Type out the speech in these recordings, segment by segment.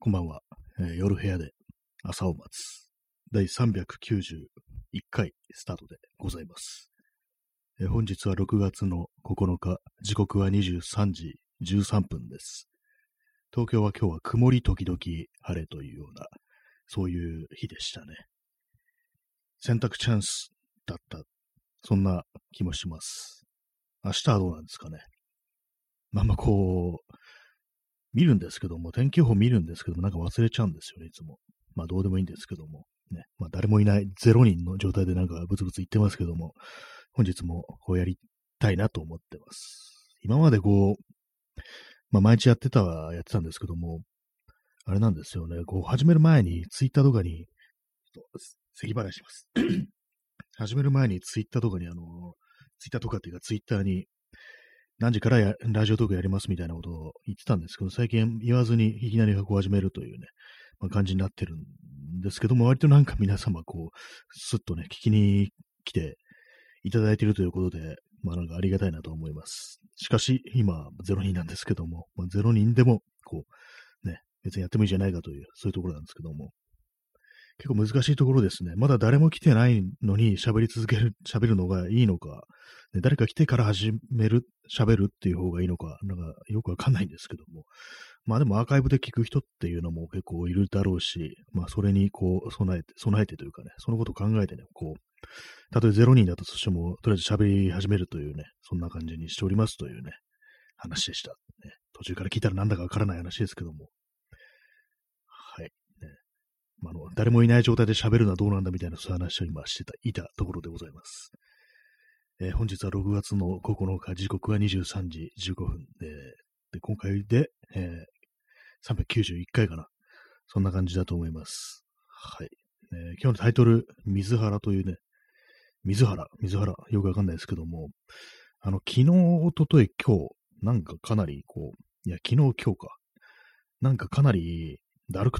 こんばんは。夜部屋で朝を待つ第391回スタートでございます。本日は6月の9日、時刻は23時13分です。東京は今日は曇り時々晴れというような、そういう日でしたね。洗濯チャンスだった、そんな気もします。明日はどうなんですかね。見るんですけども、天気予報見るんですけども、なんか忘れちゃうんですよね、いつも。どうでもいいんですけども。ね。誰もいない0人の状態でなんかブツブツ言ってますけども、本日もこうやりたいなと思ってます。今まで毎日やってたんですけども、あれなんですよね、始める前にツイッターとかに、咳払いします。始める前にツイッターとかにツイッターとかっていうかツイッターに、何時からラジオトークやりますみたいなことを言ってたんですけど、最近言わずにいきなり始めるというね、感じになってるんですけども、割となんか皆様スッとね、聞きに来ていただいているということで、なんかありがたいなと思います。しかし、今、0人なんですけども、0人でも、別にやってもいいじゃないかという、そういうところなんですけども、結構難しいところですね。まだ誰も来てないのに喋るのがいいのか、ね、誰か来てから喋るっていう方がいいのか、なんかよくわかんないんですけども。でもアーカイブで聞く人っていうのも結構いるだろうし、それに備えてというかね、そのことを考えてね、たとえ0人だとしても、とりあえず喋り始めるというね、そんな感じにしておりますというね、話でした。ね、途中から聞いたらなんだかわからない話ですけども。はい。ね誰もいない状態で喋るのはどうなんだみたいなそういう話を今いたところでございます。本日は6月の9日、時刻は23時15分で今回で、391回かな。そんな感じだと思います。はい。今日のタイトル、水原というね、水原、よくわかんないですけども、昨日、おととい、今日、なんかかなり昨日、今日か。なんかかなりだるくって、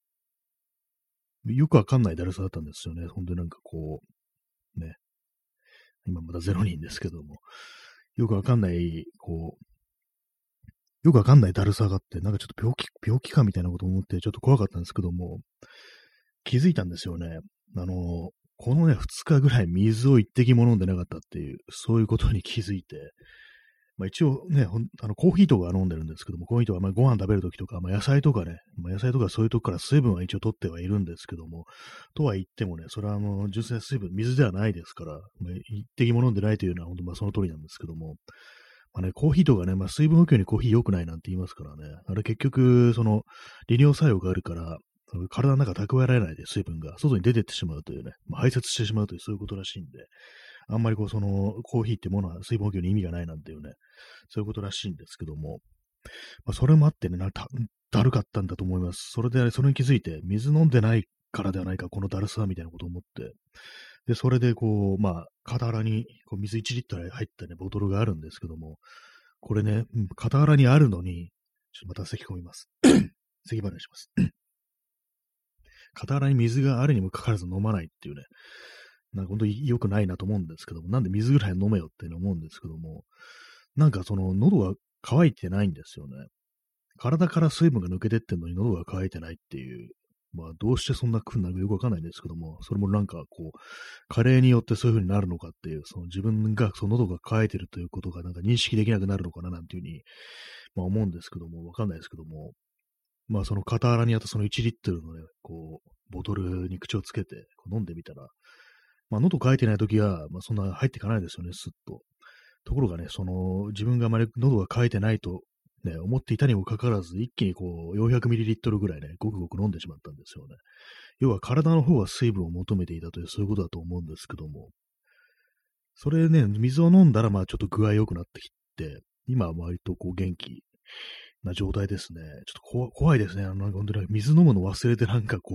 よくわかんないだるさだったんですよね。ほんとなんかね、今まだ0人ですけども、よくわかんない、よくわかんないだるさがあって、なんかちょっと病気かみたいなことを思ってちょっと怖かったんですけども、気づいたんですよね。このね、2日ぐらい水を一滴も飲んでなかったっていう、そういうことに気づいて、一応ね、コーヒーとか飲んでるんですけども、コーヒーとか、ご飯食べるときとか、野菜とかね、野菜とかそういうとこから水分は一応取ってはいるんですけども、とは言ってもね、それは純粋な水ではないですから、一滴も飲んでないというのは本当その通りなんですけども、コーヒーとかね、水分補給にコーヒー良くないなんて言いますからね、あれ結局、利尿作用があるから、体の中蓄えられないで水分が外に出てってしまうというね、排泄してしまうというそういうことらしいんで、あんまりコーヒーってものは水分補給に意味がないなんていうね、そういうことらしいんですけども、それもあってね、だるかったんだと思います。それで、それに気づいて、水飲んでないからではないか、このだるさみたいなことを思って、で、それで傍らに水1リットル入ったね、ボトルがあるんですけども、これね、傍らにあるのに、ちょっとまた咳込みます。咳払いします。傍らに水があるにもかかわらず飲まないっていうね、なんか本当に良くないなと思うんですけども、なんで水ぐらい飲めよって思うんですけども、なんか喉が渇いてないんですよね。体から水分が抜けてってんのに喉が渇いてないっていう、どうしてそんな風になるかよくわかんないんですけども、それもなんか加齢によってそういう風になるのかっていう、自分が喉が渇いてるということがなんか認識できなくなるのかななんていうふうに、思うんですけども、わかんないですけども、その傍らにあったその1リットルのね、ボトルに口をつけて飲んでみたら、喉渇いてないときは、そんな入っていかないですよね、スッと。ところがね、自分があまり喉が渇いてないと、ね、思っていたにもかかわらず、一気に400ml ぐらいね、ごくごく飲んでしまったんですよね。要は体の方は水分を求めていたという、そういうことだと思うんですけども、それね、水を飲んだら、ちょっと具合良くなってきて、今は割と元気な状態ですね。ちょっと怖いですね。なんか本当に水飲むの忘れてなんか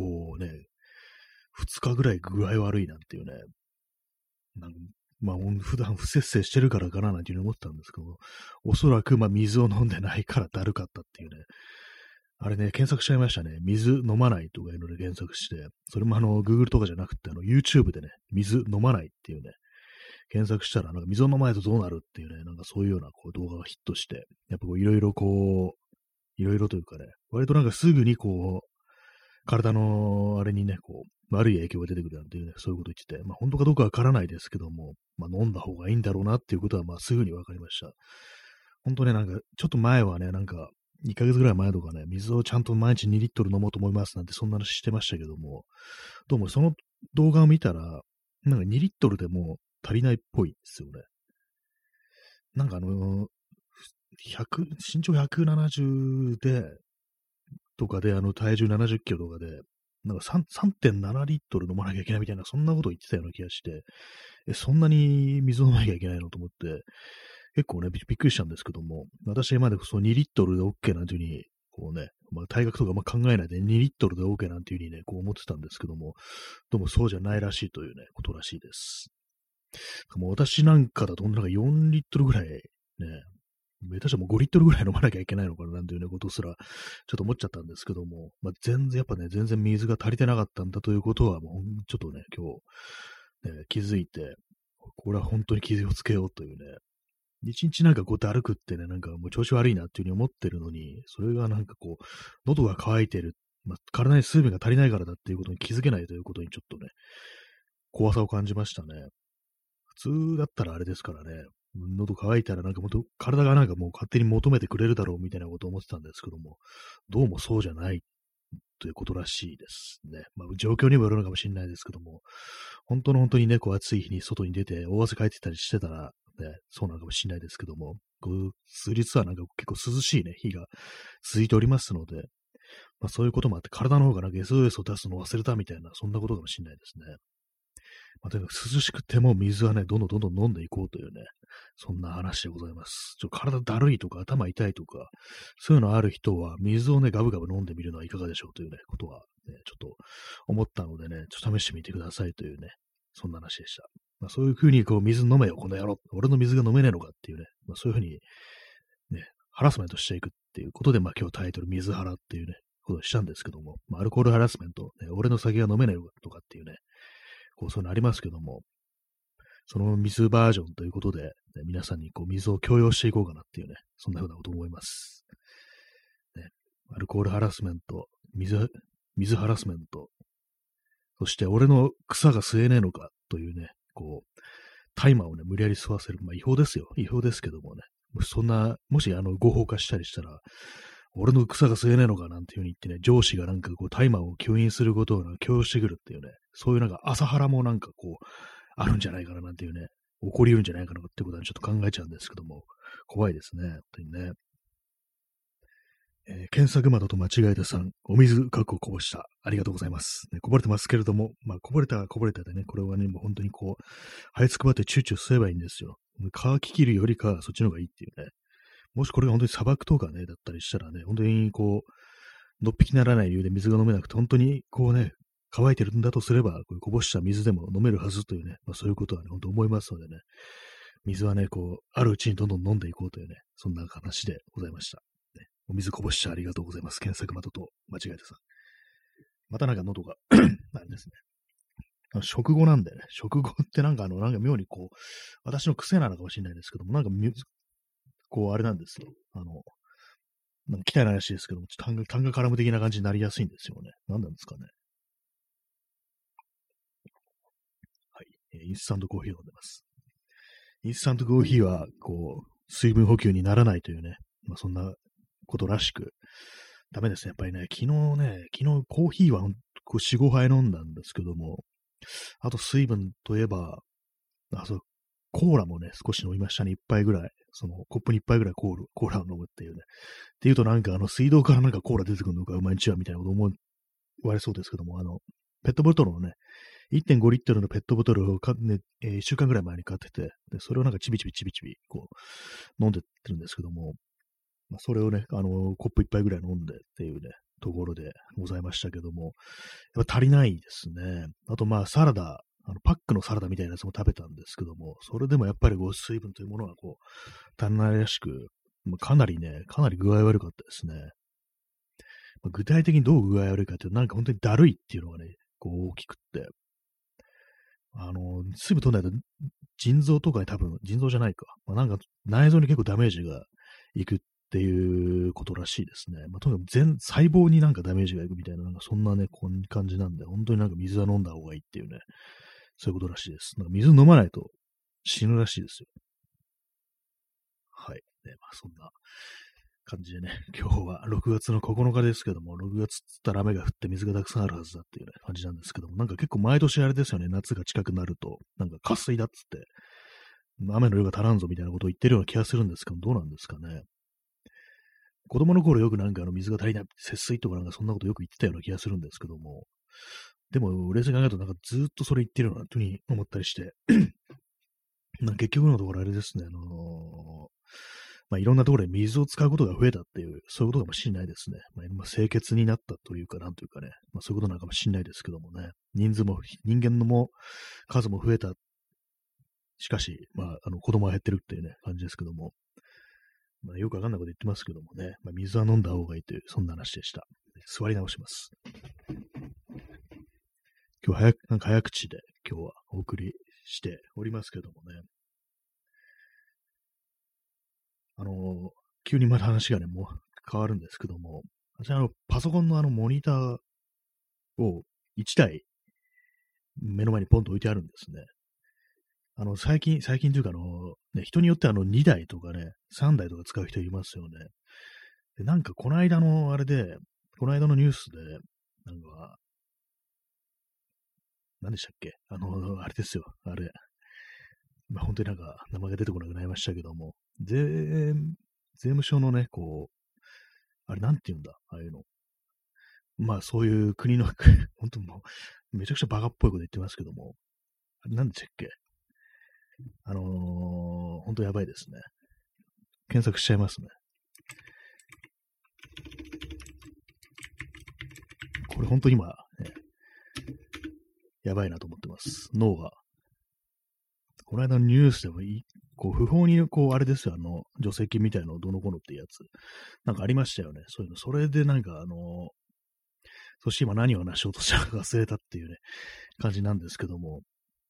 2日ぐらい具合悪いなんていうね、なん普段不節制してるからかななんていうふうに思ってたんですけど、おそらく水を飲んでないからだるかったっていうね、あれね、検索しちゃいましたね。水飲まないとかいうので検索して、それもGoogle とかじゃなくて、YouTube でね、水飲まないっていうね、検索したら、なんか水を飲まないとどうなるっていうね、なんかそういうような動画がヒットして、やっぱいろいろというかね、 割となんかすぐにこう、体のあれにね、こう、悪い影響が出てくるなんていうね、そういうこと言ってて、まあ本当かどうかわからないですけども、まあ飲んだ方がいいんだろうなっていうことは、まあすぐにわかりました。本当ね、なんか、ちょっと前はね、なんか、2ヶ月ぐらい前とかね、水をちゃんと毎日2リットル飲もうと思いますなんてそんな話してましたけども、どうもその動画を見たら、なんか2リットルでも足りないっぽいですよね。なんか身長170で、とかで、体重70キロとかで、なんか3.7リットル飲まなきゃいけないみたいな、そんなことを言ってたような気がして、そんなに水を飲まなきゃいけないのと思って、結構ね、びっくりしたんですけども、私までその2リットルで OK なんていうふうに、こうね、まあ、体格とか考えないで2リットルで OK なんていうふうにね、こう思ってたんですけども、どうもそうじゃないらしいというね、ことらしいです。もう私なんかだと、なんか4リットルぐらいね、下手したらもう5リットルぐらい飲まなきゃいけないのかななんていうね、ことすら、ちょっと思っちゃったんですけども、まあ、やっぱね、全然水が足りてなかったんだということは、もうちょっとね、今日、ね、気づいて、これは本当に気をつけようというね、一日なんかこうだるくってね、なんかもう調子悪いなっていうふうに思ってるのに、それがなんかこう、喉が渇いてる、まあ、体に水分が足りないからだっていうことに気づけないということにちょっとね、怖さを感じましたね。普通だったらあれですからね、喉乾いたらなんかもっと体がなんかもう勝手に求めてくれるだろうみたいなことを思ってたんですけども、どうもそうじゃないということらしいですね。まあ状況にもよるのかもしれないですけども、本当にね、こう暑い日に外に出て大汗かいてたりしてたら、ね、そうなのかもしれないですけども、こう数日はなんか結構涼しいね、日が続いておりますので、まあそういうこともあって体の方がなんか SOS を出すのを忘れたみたいな、そんなことかもしれないですね。まあ、とにかく涼しくても水はね、どんどん飲んでいこうというね、そんな話でございます。体だるいとか頭痛いとか、そういうのある人は水をね、ガブガブ飲んでみるのはいかがでしょうというね、ことは、ね、ちょっと思ったのでね、ちょっと試してみてくださいというね、そんな話でした。まあ、そういうふうにこう水飲めよ、この野郎。俺の水が飲めねえのかっていうね、まあ、そういうふうにね、ハラスメントしていくっていうことで、まあ今日タイトル水ハラっていうね、ことをしたんですけども、まあ、アルコールハラスメント、ね、俺の酒が飲めないのかとかっていうね、こうそういうのありますけども、その水バージョンということで、ね、皆さんにこう水を強要していこうかなっていうね、そんなふうなことを思います。ね、アルコールハラスメント、水ハラスメント、そして俺の草が吸えねえのかというね、こう、大麻をね、無理やり吸わせる。まあ違法ですよ。違法ですけどもね。そんな、もし合法化したりしたら、俺の草が吸えねえのかなんていう風に言ってね、上司がなんかこう大麻を吸引することを強要してくるっていうね、そういうなんか朝原もなんかこう、あるんじゃないかななんていうね、起こり得るんじゃないかなってことはちょっと考えちゃうんですけども、怖いですね、本当にね。検索窓と間違えた3、お水かっここぼした。ありがとうございます。ね、こぼれてますけれども、まあ、こぼれたらこぼれたでね、これはね、もう本当にこう、這いつくばってチューチュー吸えばいいんですよ。乾ききるよりか、そっちの方がいいっていうね。もしこれが本当に砂漠とかね、だったりしたらね、本当にこう、のっぴきならない理由で水が飲めなくて、本当にこうね、乾いてるんだとすれば、こういうこぼした水でも飲めるはずというね、まあそういうことはね、本当思いますのでね、水はね、こう、あるうちにどんどん飲んでいこうというね、そんな話でございました。ね、お水こぼしちゃありがとうございます。検索窓と間違えてさ。またなんか喉があれですね。食後なんでね、食後ってなんかなんか妙にこう、私の癖なのかもしれないですけども、なんかこう、あれなんですよ。なんか汚い話ですけども、ちょっと痰が絡む的な感じになりやすいんですよね。何なんですかね。はい。インスタントコーヒーを飲んでます。インスタントコーヒーは、こう、水分補給にならないというね、まあそんなことらしく、ダメですね。やっぱりね、昨日コーヒーはこう4、5杯飲んだんですけども、あと水分といえば、そう、コーラもね、少し飲みましたね。1杯ぐらい。その、コップに1杯ぐらいコーラを飲むっていうね。っていうとなんか水道からなんかコーラ出てくるのか、うまいんちはみたいなこと思われそうですけども、ペットボトルのね、1.5リットルのペットボトルをね、1週間ぐらい前に買ってて、で、それをなんかちびちびちびちび、こう、飲んでってるんですけども、まあ、それをね、コップ1杯ぐらい飲んでっていうね、ところでございましたけども、やっぱ足りないですね。あとまあ、サラダ、パックのサラダみたいなやつも食べたんですけども、それでもやっぱりこう水分というものがこう、足りないらしく、かなり具合悪かったですね。具体的にどう具合悪いかっていうと、なんか本当にだるいっていうのがね、こう大きくって、水分取らないと腎臓とかに多分、腎臓じゃないか。なんか内臓に結構ダメージがいくっっていうことらしいですね。まあ、とにかく全細胞になんかダメージがいくみたいな、なんかそんなね、こんな感じなんで、本当になんか水は飲んだ方がいいっていうね、そういうことらしいです。なんか水飲まないと死ぬらしいですよ。はい。ね、まあそんな感じでね、今日は6月の9日ですけども、6月っつったら雨が降って水がたくさんあるはずだっていうね、感じなんですけども、なんか結構毎年あれですよね、夏が近くなると、なんか渇水だっつって、雨の量が足らんぞみたいなことを言ってるような気がするんですけど、どうなんですかね。子供の頃よくなんか水が足りない、節水とかなんかそんなことよく言ってたような気がするんですけども、でも、冷静に考えるとなんかずっとそれ言ってるようなふうに思ったりして、なんか結局のところあれですね、まあ、いろんなところで水を使うことが増えたっていう、そういうことかもしれないですね。まあ、清潔になったというか、なんというかね、まあ、そういうことなのかもしれないですけどもね、人間の数も増えた。しかし、まあ、子供は減ってるっていうね、感じですけども、まあ、よくわかんないこと言ってますけどもね、まあ、水は飲んだ方がいいという、そんな話でした。座り直します。今日なんか早口で今日はお送りしておりますけどもね、急にまた話がね、もう変わるんですけども、私パソコンのモニターを1台目の前にポンと置いてあるんですね。最近というかね、人によって2台とかね、3台とか使う人いますよね。で、なんかこの間のあれで、この間のニュースで、なんか、何でしたっけあれですよ、あれ。まあ、本当になんか名前が出てこなくなりましたけども、税務署のね、こう、あれなんて言うんだ、ああいうの。まあそういう国の本当もう、めちゃくちゃバカっぽいこと言ってますけども、あれなんでしたっけ本当やばいですね。検索しちゃいますね。これ本当に今、ね、やばいなと思ってます。脳が。この間のニュースでもこう、不法に、こう、あれですよ、除籍みたいのどのこのってやつ。なんかありましたよね。そういうの。それでなんかそして今何を話しようとしたのか忘れたっていうね、感じなんですけども。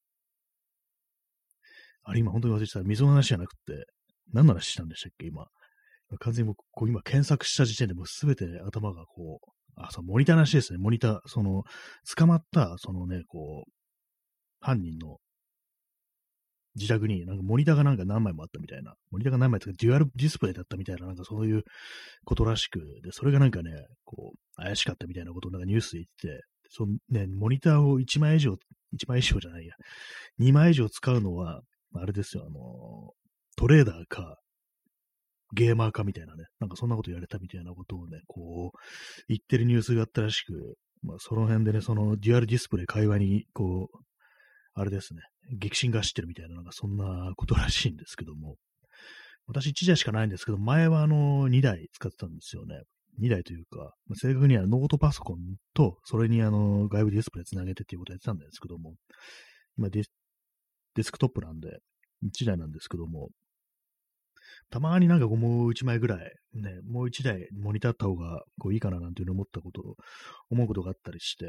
あれ今本当に忘れてた。水の話じゃなくて、何の話したんでしたっけ今。完全にもう、こう今検索した時点でもうすべて頭がこう、そう、モニターの話ですね。モニター、捕まった、ね、こう、犯人の自宅になんかモニターがなんか何枚もあったみたいな。モニターが何枚とかデュアルディスプレイだったみたいな、なんかそういうことらしく、で、それがなんかね、こう、怪しかったみたいなことをなんかニュースで言ってて、ね、モニターを1枚以上、1枚以上じゃないや、2枚以上使うのは、あれですよ、トレーダーか、ゲーマーかみたいなね、なんかそんなこと言われたみたいなことをね、こう、言ってるニュースがあったらしく、まあ、その辺でね、そのデュアルディスプレイ会話に、こう、あれですね、激震が走ってるみたいな、なんかそんなことらしいんですけども、私1台しかないんですけど、前は2台使ってたんですよね。2台というか、正確にはノートパソコンと、それに外部ディスプレイつなげてっていうことをやってたんですけども、今デスクトップなんで、1台なんですけども、たまになんかこうもう1枚ぐらい、ね、もう1台モニターあった方がこういいかななんていうのを思うことがあったりして、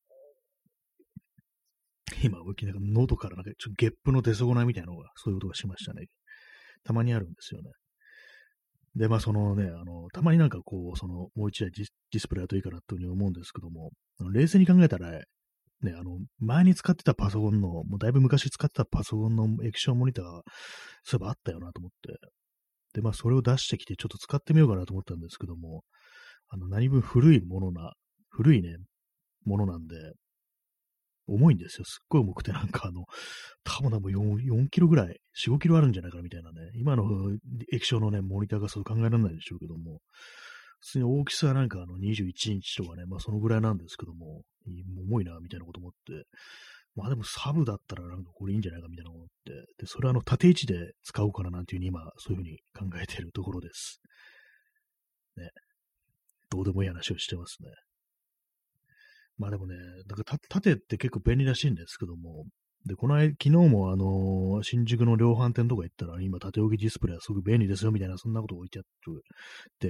今、なんか喉からなんかちょっとゲップの出損ないみたいなのが、そういう音がしましたね。たまにあるんですよね。で、まあ、たまになんかこう、もう一台ディスプレイだといいかなというふうに思うんですけども、冷静に考えたら、ね、前に使ってたパソコンの、もうだいぶ昔使ってたパソコンの液晶モニターが、そういえばあったよなと思って、で、まあ、それを出してきて、ちょっと使ってみようかなと思ったんですけども、何分古いね、ものなんで、重いんですよ。すっごい重くて、なんか多分4キロぐらい、4、5キロあるんじゃないかなみたいなね。今の液晶のね、モニターがそう考えられないでしょうけども、普通に大きさはなんか21インチとかね、まあそのぐらいなんですけども、重いな、みたいなこと思って、まあでもサブだったらなんかこれいいんじゃないかみたいな思って、で、それ縦位置で使おうかななんていうふうに今、そういうふうに考えているところです。ね。どうでもいい話をしてますね。まあでもね、なんか縦って結構便利らしいんですけども、で、昨日も新宿の量販店とか行ったら、今縦置きディスプレイはすごく便利ですよみたいな、そんなことを置いてあって、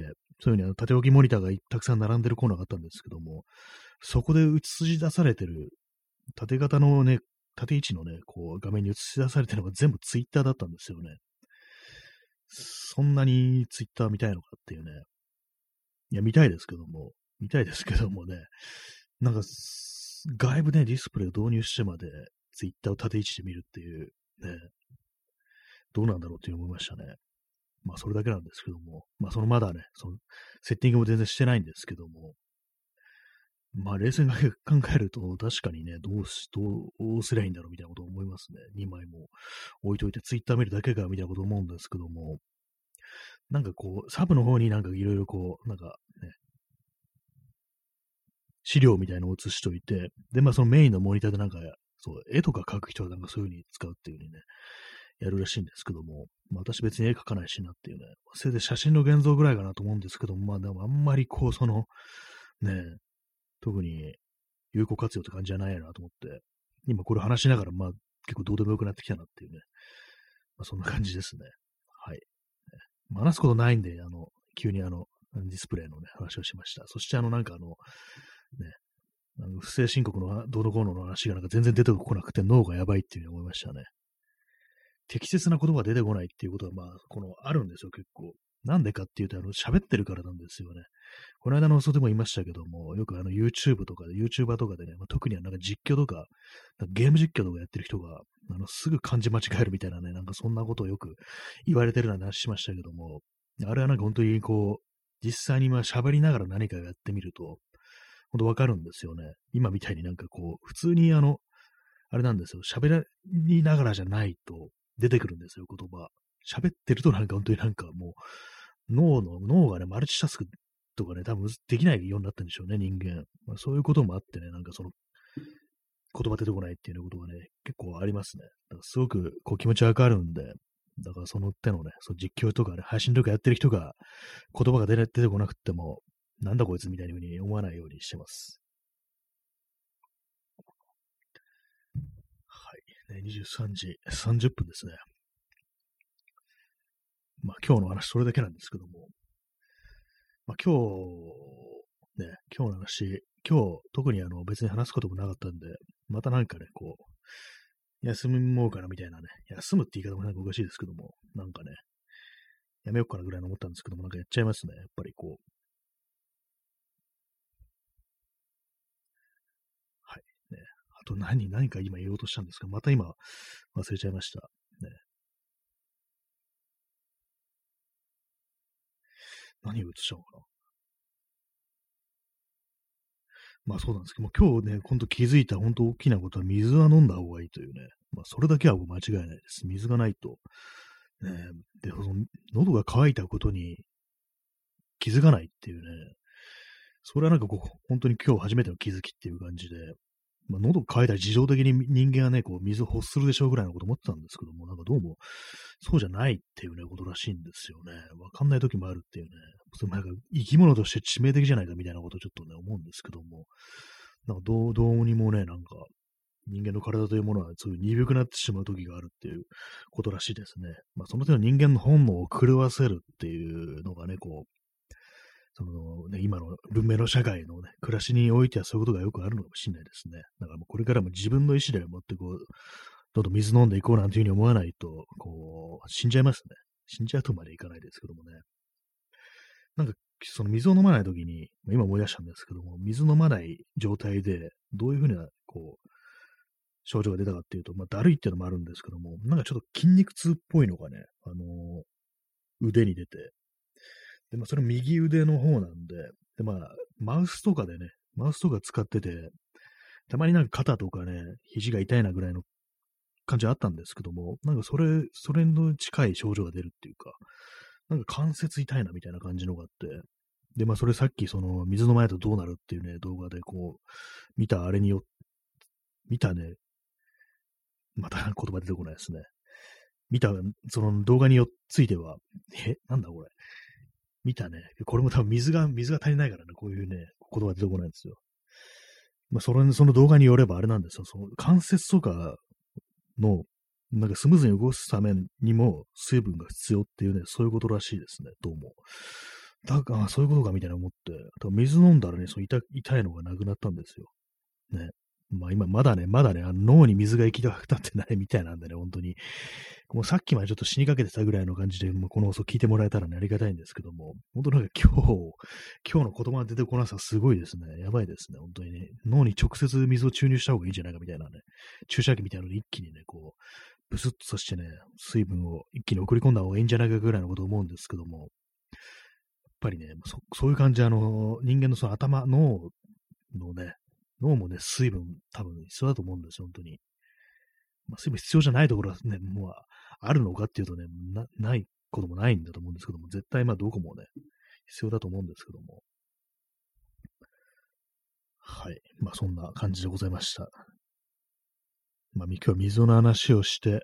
そういうふうに縦置きモニターがたくさん並んでるコーナーがあったんですけども、そこで映し出されてる縦型のね、縦位置のね、こう画面に映し出されてるのが全部ツイッターだったんですよね。 そんなにツイッター見たいのかっていうね。いや、見たいですけども、見たいですけどもね、なんか、外部ね、ディスプレイを導入してまで、ツイッターを縦位置で見るっていう、ね、どうなんだろうって思いましたね。まあ、それだけなんですけども、まあ、まだね、セッティングも全然してないんですけども、まあ、冷静に考えると、確かにね、どうすりゃいいんだろうみたいなことを思いますね。2枚も置いといて、ツイッター見るだけか、みたいなことを思うんですけども、なんかこう、サブの方になんかいろいろこう、なんかね、資料みたいなのを写しといて、で、まあそのメインのモニターでなんか、そう、絵とか描く人はなんかそういう風に使うっていう風にね、やるらしいんですけども、まあ私別に絵描かないしなっていうね、それで写真の現像ぐらいかなと思うんですけども、まあでもあんまりこう、ね、特に有効活用って感じじゃないなと思って、今これ話しながら、まあ結構どうでもよくなってきたなっていうね、まあそんな感じですね。はい。まあ話すことないんで、急にディスプレイのね、話をしました。そしてなんかね、不正申告のどうのこうのの話がなんか全然出てこなくて脳がやばいっていうふうに思いましたね。適切な言葉が出てこないっていうことは、まあ、あるんですよ、結構。なんでかっていうと、喋ってるからなんですよね。この間の放送でも言いましたけども、よくYouTube とかで、YouTuber とかでね、まあ、特にはなんか実況とか、なんかゲーム実況とかやってる人が、すぐ漢字間違えるみたいなね、なんかそんなことをよく言われてるような話しましたけども、あれはなんか本当にこう、実際にまあ喋りながら何かをやってみると、本当わかるんですよね。今みたいになんかこう、普通にあれなんですよ。喋りながらじゃないと出てくるんですよ、言葉。喋ってるとなんか本当になんかもう、脳がね、マルチタスクとかね、多分できないようになったんでしょうね、人間。まあ、そういうこともあってね、なんか言葉出てこないっていうことがね、結構ありますね。だからすごくこう気持ちわかるんで、だからその手のね、実況とかね、配信とかやってる人が言葉が出てこなくっても、なんだこいつみたいに思わないようにしてます。はい。ね、23時30分ですね。まあ今日の話それだけなんですけども、まあ今日の話、今日特に別に話すこともなかったんで、またなんかね、こう、休もうかなみたいなね、休むって言い方もなんかおかしいですけども、なんかね、やめようかなぐらいの思ったんですけども、なんかやっちゃいますね、やっぱりこう。はい。ね。あと何か今言おうとしたんですが、また今忘れちゃいました。ね。何を言おうとしたのかな。まあそうなんですけども、今日ね、ほんと気づいた本当大きなことは水は飲んだ方がいいというね。まあそれだけは間違いないです。水がないと。ね、で、喉が渇いたことに気づかないっていうね。それはなんかこう、本当に今日初めての気づきっていう感じで、まあ、喉渇いたら自動的に人間はね、こう水を欲するでしょうぐらいのこと思ってたんですけども、なんかどうもそうじゃないっていうね、ことらしいんですよね。わかんない時もあるっていうね。なんか生き物として致命的じゃないかみたいなことをちょっとね、思うんですけども、なんかどうにもね、なんか人間の体というものはそういう鈍くなってしまう時があるっていうことらしいですね。まあその手の人間の本能を狂わせるっていうのがね、こう、今の文明の社会のね、暮らしにおいてはそういうことがよくあるのかもしれないですね。だからもうこれからも自分の意思でもってこう、どんどん水飲んでいこうなんていうふうに思わないと、こう、死んじゃいますね。死んじゃうとまでいかないですけどもね。なんか、その水を飲まないときに、今思い出したんですけども、水飲まない状態で、どういうふうな、こう、症状が出たかっていうと、まあ、だるいっていうのもあるんですけども、なんかちょっと筋肉痛っぽいのがね、腕に出て、で、まあ、それ右腕の方なんで、で、まあ、マウスとか使ってて、たまになんか肩とかね、肘が痛いなぐらいの感じあったんですけども、なんかそれの近い症状が出るっていうか、なんか関節痛いなみたいな感じのがあって、で、まあそれさっきその水の前とどうなるっていうね、動画でこう、見たね、また言葉出てこないですね。見た、その動画については、なんだこれ。見たね。これも多分水が足りないからね、こういうね、言葉出てこないんですよ。まあその動画によればあれなんですよ。その関節とかの、なんかスムーズに動かすためにも水分が必要っていうね、そういうことらしいですね、どうも。だから、そういうことかみたいな思って、水飲んだらね、痛いのがなくなったんですよ。ね。 まあ今まだね、脳に水が行き渡ってないみたいなんでね、本当に。もうさっきまでちょっと死にかけてたぐらいの感じで、もうこの放送聞いてもらえたらね、ありがたいんですけども、本当なんか今日の言葉が出てこなさすごいですね。やばいですね、本当にね。脳に直接水を注入した方がいいんじゃないかみたいなね、注射器みたいなので一気にね、こう、ブスッとさしてね、水分を一気に送り込んだ方がいいんじゃないかぐらいのことを思うんですけども、やっぱりね、そういう感じで、人間のその脳のね、脳もね、水分多分必要だと思うんですよ、本当に。まあ、水分必要じゃないところはね、もうあるのかっていうとね、ないこともないんだと思うんですけども、絶対まあどこもね、必要だと思うんですけども。はい。まあそんな感じでございました。まあ今日は水の話をして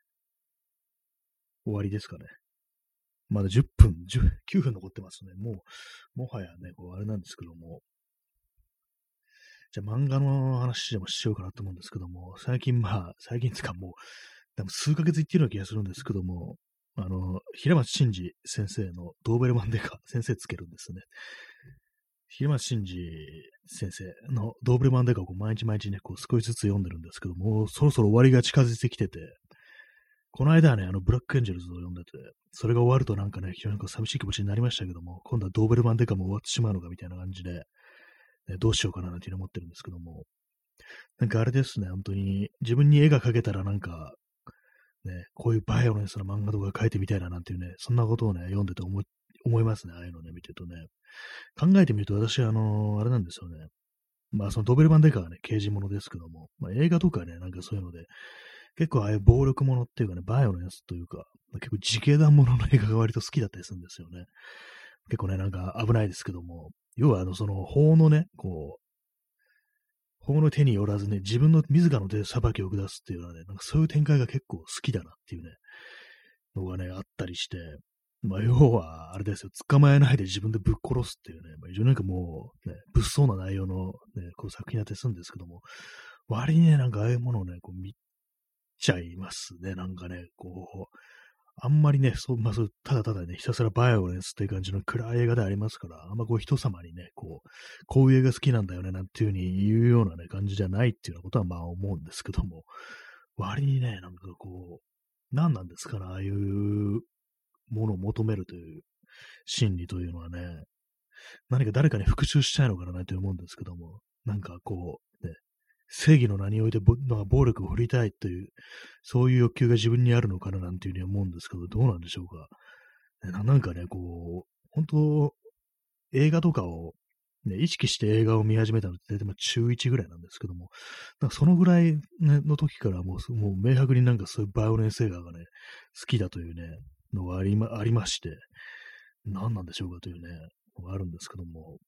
終わりですかね。まだ10分、9分残ってますね。もはやね、こうあれなんですけども。じゃあ漫画の話でもしようかなと思うんですけども、最近つかもう、多分数ヶ月言ってるような気がするんですけども、平松真二先生のドーベルマンデカ、先生つけるんですね。平松真二先生のドーベルマンデカをこう毎日毎日ね、こう少しずつ読んでるんですけども、そろそろ終わりが近づいてきてて、この間はね、ブラックエンジェルズを読んでて、それが終わるとなんかね、非常に寂しい気持ちになりましたけども、今度はドーベルマンデカも終わってしまうのかみたいな感じで、ね、どうしようかななんていうふうに思ってるんですけども、なんかあれですね、本当に自分に絵が描けたらなんか、ね、こういうバイオレンスな漫画とか描いてみたいななんていうね、そんなことをね、読んでて思いますね、ああいうのね、見てるとね。考えてみると私、あれなんですよね。まあ、そのドベルマンデカはね、刑事ものですけども、まあ、映画とかね、なんかそういうので、結構ああいう暴力ものっていうかね、バイオレンスというか、まあ、結構自警団ものの映画が割と好きだったりするんですよね。結構ね、なんか危ないですけども、要はその法のね、こう、法の手によらずね、自らの手で裁きを下すっていうのはね、なんかそういう展開が結構好きだなっていうね、のがね、あったりして、まあ、要は、あれですよ、捕まえないで自分でぶっ殺すっていうね、まあ、非常になんかもう、ね、物騒な内容のね、こう作品だったりするんですけども、割にね、なんかああいうものをね、こう見ちゃいますね、なんかね、こう、あんまりね、ただただね、ひたすらバイオレンスっていう感じの暗い映画でありますから、あんまこう人様にね、こういう映画好きなんだよね、なんていう風に言うようなね、感じじゃないっていうようなことはまあ思うんですけども、割にね、なんかこう、何なんですかね、ああいうものを求めるという心理というのはね、何か誰かに復讐したいのかなと思うんですけども、なんかこう、ね、正義の名において暴力を振りたいという、そういう欲求が自分にあるのかななんていうふうに思うんですけど、どうなんでしょうか。なんかね、こう、本当映画とかを、ね、意識して映画を見始めたのって大体中1ぐらいなんですけども、なんかそのぐらい、ね、の時からもう明白になんかそういうバイオレンス映画がね、好きだというね、のがありまして、何なんでしょうかというね、のがあるんですけども、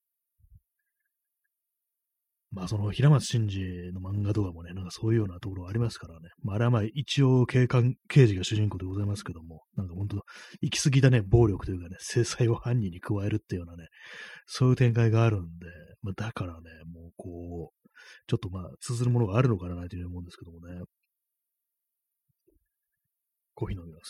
まあその平松真二の漫画とかもね、なんかそういうようなところありますからね。まああれはまあ一応刑事が主人公でございますけども、なんか本当行き過ぎたね、暴力というかね、制裁を犯人に加えるっていうようなね、そういう展開があるんで、まあだからね、もうこう、ちょっとまあ通ずるものがあるのかなというふうに思うんですけどもね、コーヒー飲みます。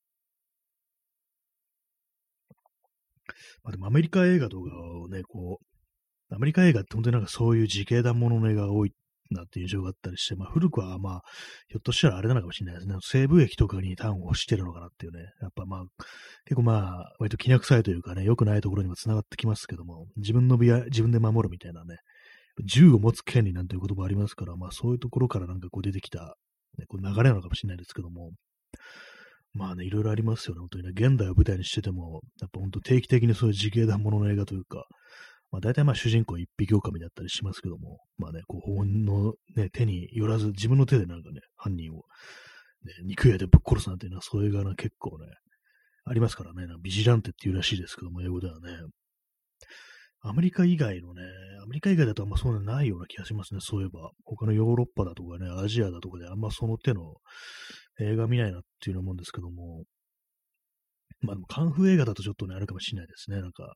まあでもアメリカ映画とかをね、アメリカ映画って本当になんかそういう自警団ものの映画が多いなっていう印象があったりして、まあ古くはまあ、ひょっとしたらあれなのかもしれないですね。西部劇とかに端をしてるのかなっていうね。やっぱまあ、結構まあ、割と気な臭いというかね、良くないところにも繋がってきますけども、自分の身は自分で守るみたいなね、銃を持つ権利なんていう言葉ありますから、まあそういうところからなんかこう出てきた、ね、こう流れなのかもしれないですけども、まあね、いろいろありますよね、本当にね。現代を舞台にしてても、やっぱ本当定期的にそういう自警団ものの映画というか、まあ大体まあ主人公一匹狼だったりしますけども、まあね、こう法のね、手によらず自分の手でなんかね、犯人を、ね、肉屋でぶっ殺すなんていうのはそういう映画が結構ね、ありますからね、なんかビジランテっていうらしいですけども、英語ではね。アメリカ以外のね、アメリカ以外だとあんまそういうのないような気がしますね、そういえば。他のヨーロッパだとかね、アジアだとかであんまその手の映画見ないなっていうのもんですけども、まあでもカンフー映画だとちょっとね、あるかもしれないですね。なんか、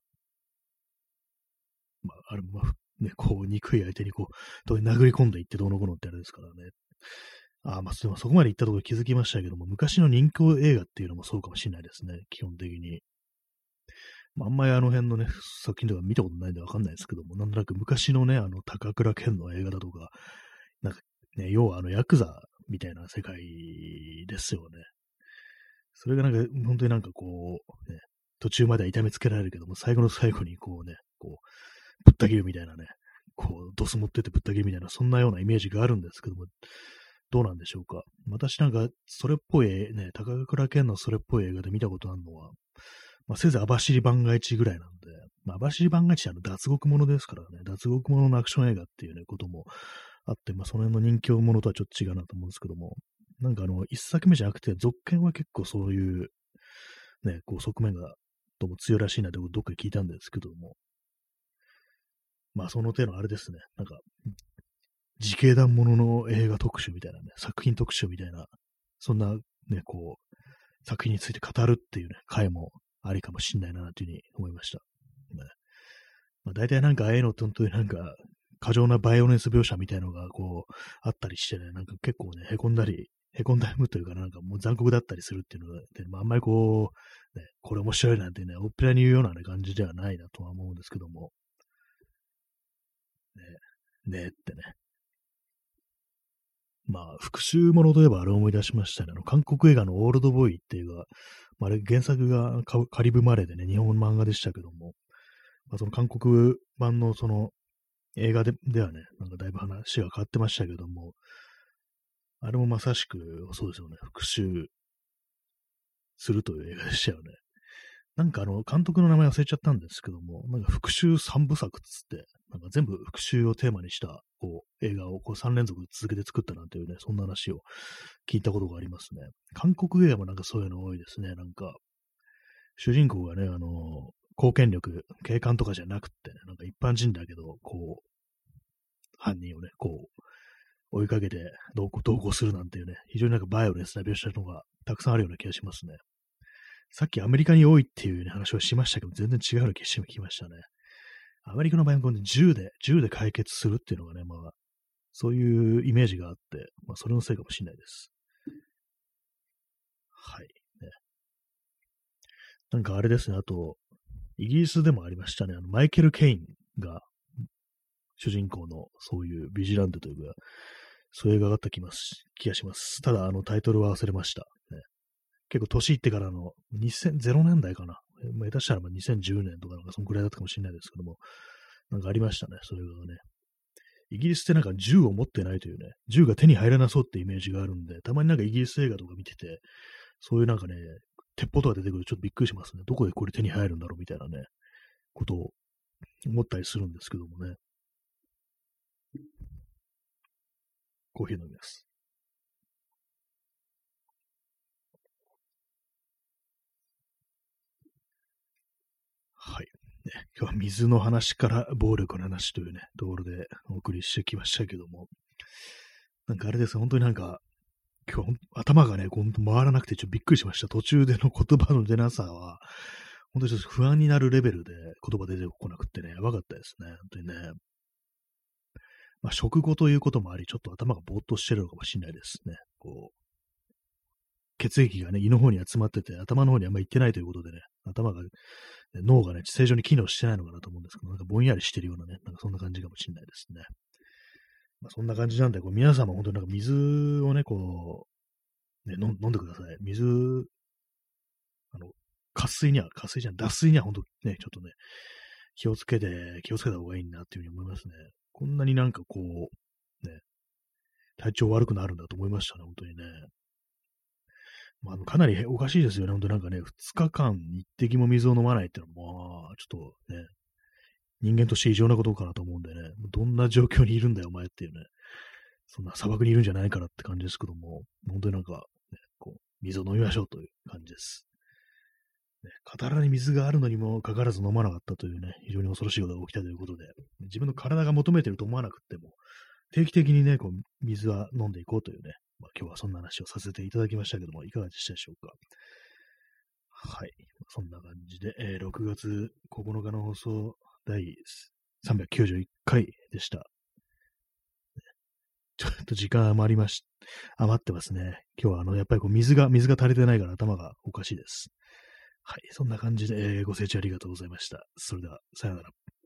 まあ、あれ、まあ、ね、こう、憎い相手に殴り込んでいってどうのこうのってあれですからね。まあ、でもそこまで行ったところ気づきましたけども、昔の人気映画っていうのもそうかもしれないですね。基本的に。 まあ、あんまりあの辺のね、作品とか見たことないんでわかんないですけども、なんとなく昔のね、高倉健の映画だとか、なんかね、要はヤクザみたいな世界ですよね。それがなんか、本当になんかこう、ね、途中までは痛めつけられるけども、最後の最後にこうね、こう、ぶった切るみたいなね、こう、ドス持ってってぶった切るみたいな、そんなようなイメージがあるんですけども、どうなんでしょうか。私なんか、それっぽいね、高倉健のそれっぽい映画で見たことあるのは、まあ、せいぜい網走番外地ぐらいなんで、まあ、網走番外地は脱獄者ですからね、脱獄者のアクション映画っていうね、こともあって、まあ、その辺の人気者とはちょっと違うなと思うんですけども、なんか一作目じゃなくて、続編は結構そういう、ね、こう側面がどうも強いらしいなってどっかで聞いたんですけども、まあその手のあれですね、なんか、自警団ものの映画特集みたいなね、作品特集みたいな、そんなね、こう、作品について語るっていうね、回もありかもしんないな、というふうに思いました。ね、まあ、大体なんかああいうのと本当になんか、過剰なバイオレンス描写みたいのがこう、あったりしてね、なんか結構ね、凹んだむというかなんかもう残酷だったりするっていうので、まあ、あんまりこう、ね、これ面白いなんてね、おっぺらに言うような、ね、感じではないなとは思うんですけども、ねってね。まあ、復讐ものといえばあれを思い出しましたね。韓国映画のオールドボーイっていうが、まあ、あれ原作がカリブマレーでね、日本漫画でしたけども、まあ、その韓国版のその映画ではね、なんかだいぶ話が変わってましたけども、あれもまさしくそうですよね、復讐するという映画でしたよね。なんか監督の名前忘れちゃったんですけども、なんか復讐三部作っつって、なんか全部復讐をテーマにした、こう、映画をこう3連続続けて作ったなんていうね、そんな話を聞いたことがありますね。韓国映画もなんかそういうの多いですね。なんか、主人公がね、公権力、警官とかじゃなくってね、なんか一般人だけど、こう、犯人をね、こう、追いかけて同行するなんていうね、非常になんかバイオレンスな描写のがたくさんあるような気がしますね。さっきアメリカに多いっていう、ね、話をしましたけど、全然違うような気がしてきましたね。アメリカの場合は銃で解決するっていうのがね、まあ、そういうイメージがあって、まあ、それのせいかもしれないです。はい。ね、なんかあれですね、あと、イギリスでもありましたね、マイケル・ケインが主人公のそういうビジランテというか、そういう映画があった気がします。ただ、タイトルは忘れました。ね、結構年いってからの2000年代かな。下手したら2010年とかなんかそのくらいだったかもしれないですけども、なんかありましたね、そういうのがね。イギリスってなんか銃を持ってないというね、銃が手に入らなそうってイメージがあるんで、たまになんかイギリス映画とか見てて、そういうなんかね、鉄砲とか出てくるとちょっとびっくりしますね。どこでこれ手に入るんだろうみたいなね、ことを思ったりするんですけどもね。コーヒー飲みます。はい。ね、今日は水の話から暴力の話というね、ところでお送りしてきましたけども、なんかあれです、本当になんか、今日頭がね、ほんと回らなくてちょっとびっくりしました。途中での言葉の出なさは、本当にちょっと不安になるレベルで言葉出てこなくってね、やばかったですね。本当にね。まあ、食後ということもあり、ちょっと頭がぼーっとしてるのかもしれないですね。こう、血液がね、胃の方に集まってて、頭の方にあんま行ってないということでね、頭が、ね、脳がね、正常に機能してないのかなと思うんですけど、なんかぼんやりしてるようなね、なんかそんな感じかもしれないですね。まあ、そんな感じなんで、こう皆様本当になんか水をね、こう、ね、飲んでください。水、あの、渇水じゃん、脱水には本当ね、ちょっとね、気をつけた方がいいなっていうふうに思いますね。こんなになんかこう、ね、体調悪くなるんだと思いましたね、本当にね。まあ、かなりおかしいですよね、本当になんかね、2日間一滴も水を飲まないっていうのは、まあ、ちょっとね、人間として異常なことかなと思うんでね、どんな状況にいるんだよ、お前っていうね、そんな砂漠にいるんじゃないからって感じですけども、本当になんか、ね、こう、水を飲みましょうという感じです。ね、傍らに水があるのにもかかわらず飲まなかったというね、非常に恐ろしいことが起きたということで、自分の体が求めていると思わなくても、定期的にね、こう、水は飲んでいこうというね、まあ、今日はそんな話をさせていただきましたけども、いかがでしたでしょうか。はい。そんな感じで、6月9日の放送第391回でした。ちょっと時間余ってますね。今日はやっぱりこう水が足りてないから頭がおかしいです。 はい。そんな感じで、ご清聴ありがとうございました。それでは、さようなら。